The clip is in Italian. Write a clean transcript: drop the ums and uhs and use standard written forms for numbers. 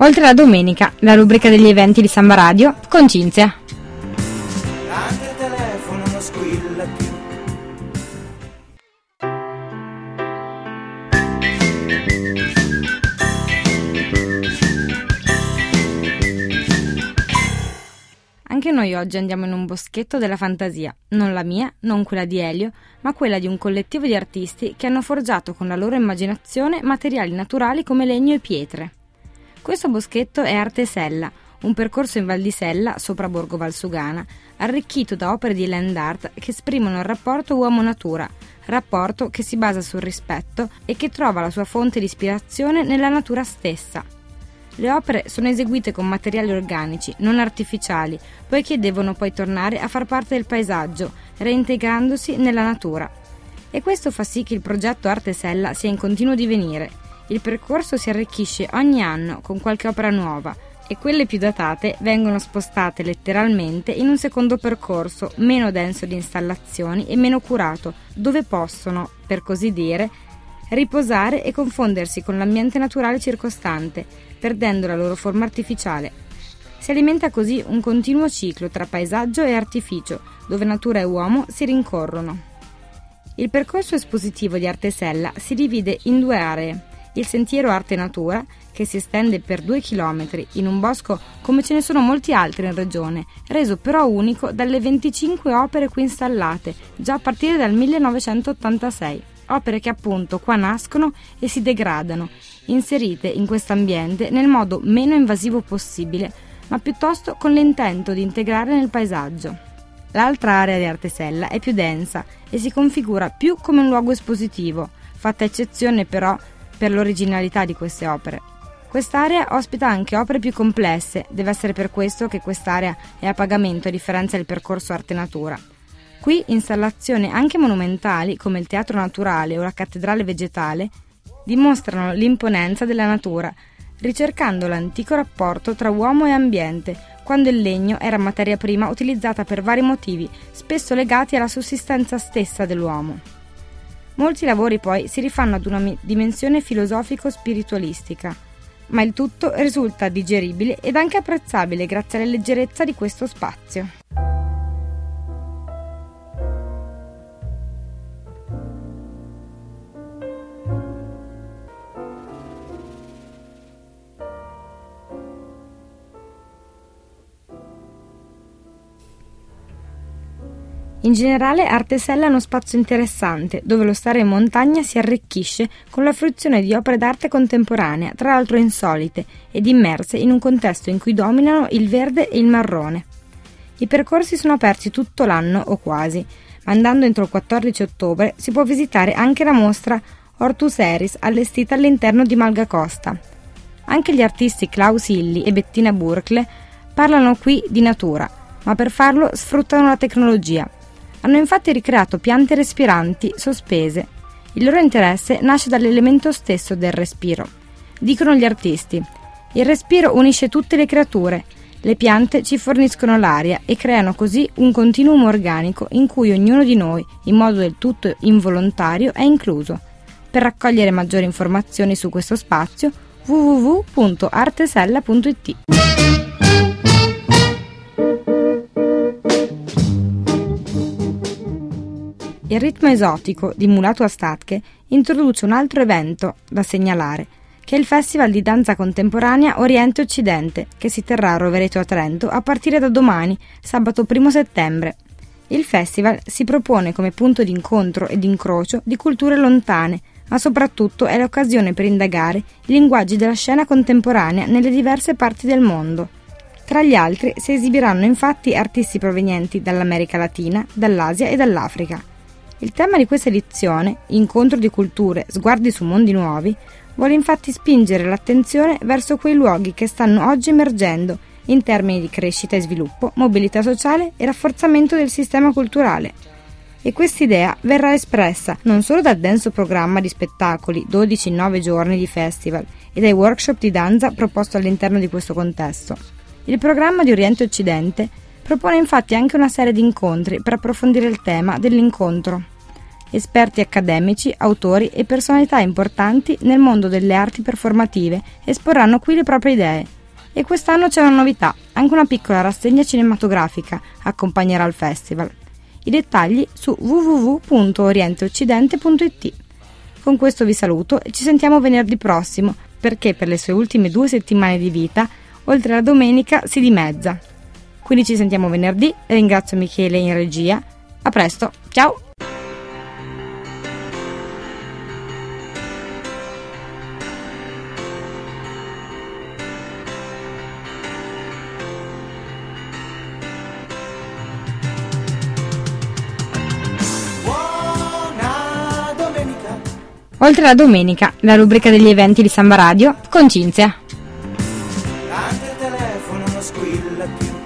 Oltre la domenica, la rubrica degli eventi di Samba Radio con Cinzia. Anche il telefono non squilla più. Anche noi oggi andiamo in un boschetto della fantasia, non la mia, non quella di Elio, ma quella di un collettivo di artisti che hanno forgiato con la loro immaginazione materiali naturali come legno e pietre. Questo boschetto è Arte Sella, un percorso in Val di Sella, sopra Borgo Valsugana, arricchito da opere di land art che esprimono il rapporto uomo-natura, rapporto che si basa sul rispetto e che trova la sua fonte di ispirazione nella natura stessa. Le opere sono eseguite con materiali organici, non artificiali, poiché devono poi tornare a far parte del paesaggio, reintegrandosi nella natura. E questo fa sì che il progetto Arte Sella sia in continuo divenire. Il percorso si arricchisce ogni anno con qualche opera nuova e quelle più datate vengono spostate letteralmente in un secondo percorso meno denso di installazioni e meno curato, dove possono, per così dire, riposare e confondersi con l'ambiente naturale circostante, perdendo la loro forma artificiale. Si alimenta così un continuo ciclo tra paesaggio e artificio, dove natura e uomo si rincorrono. Il percorso espositivo di Arte Sella si divide in due aree. Il sentiero Arte Natura, che si estende per 2 chilometri in un bosco come ce ne sono molti altri in regione, reso però unico dalle 25 opere qui installate, già a partire dal 1986. Opere che appunto qua nascono e si degradano, inserite in questo ambiente nel modo meno invasivo possibile, ma piuttosto con l'intento di integrare nel paesaggio. L'altra area di Arte Sella è più densa e si configura più come un luogo espositivo, fatta eccezione però per l'originalità di queste opere. Quest'area ospita anche opere più complesse, deve essere per questo che quest'area è a pagamento a differenza del percorso Arte Natura. Qui installazioni anche monumentali, come il Teatro Naturale o la Cattedrale Vegetale, dimostrano l'imponenza della natura, ricercando l'antico rapporto tra uomo e ambiente, quando il legno era materia prima utilizzata per vari motivi, spesso legati alla sussistenza stessa dell'uomo. Molti lavori poi si rifanno ad una dimensione filosofico-spiritualistica, ma il tutto risulta digeribile ed anche apprezzabile grazie alla leggerezza di questo spazio. In generale Arte Sella è uno spazio interessante, dove lo stare in montagna si arricchisce con la fruizione di opere d'arte contemporanea, tra l'altro insolite, ed immerse in un contesto in cui dominano il verde e il marrone. I percorsi sono aperti tutto l'anno, o quasi, ma andando entro il 14 ottobre si può visitare anche la mostra Hortus Eris, allestita all'interno di Malga Costa. Anche gli artisti Klaus Illy e Bettina Burkle parlano qui di natura, ma per farlo sfruttano la tecnologia. Hanno infatti ricreato piante respiranti sospese. Il loro interesse nasce dall'elemento stesso del respiro. Dicono gli artisti: il respiro unisce tutte le creature, le piante ci forniscono l'aria e creano così un continuum organico in cui ognuno di noi, in modo del tutto involontario, è incluso. Per raccogliere maggiori informazioni su questo spazio, www.artesella.it. Il ritmo esotico di Mulato Astatke introduce un altro evento da segnalare, che è il Festival di Danza Contemporanea Oriente-Occidente, che si terrà a Rovereto a Trento a partire da domani, sabato 1 settembre. Il festival si propone come punto di incontro e di incrocio di culture lontane, ma soprattutto è l'occasione per indagare i linguaggi della scena contemporanea nelle diverse parti del mondo. Tra gli altri si esibiranno infatti artisti provenienti dall'America Latina, dall'Asia e dall'Africa. Il tema di questa edizione, Incontro di culture, sguardi su mondi nuovi, vuole infatti spingere l'attenzione verso quei luoghi che stanno oggi emergendo in termini di crescita e sviluppo, mobilità sociale e rafforzamento del sistema culturale. E quest'idea verrà espressa non solo dal denso programma di spettacoli 12 in 9 giorni di festival e dai workshop di danza proposto all'interno di questo contesto. Il programma di Oriente-Occidente propone infatti anche una serie di incontri per approfondire il tema dell'incontro. esperti accademici, autori e personalità importanti nel mondo delle arti performative esporranno qui le proprie idee. E quest'anno c'è una novità, anche una piccola rassegna cinematografica accompagnerà il festival. I dettagli su www.orienteoccidente.it. Con questo vi saluto e ci sentiamo venerdì prossimo, perché per le sue ultime 2 settimane di vita, oltre alla domenica, si dimezza. Quindi ci sentiamo venerdì, ringrazio Michele in regia. A presto, ciao! Oltre alla domenica, la rubrica degli eventi di Samba Radio con Cinzia. Anche il telefono non squilla più.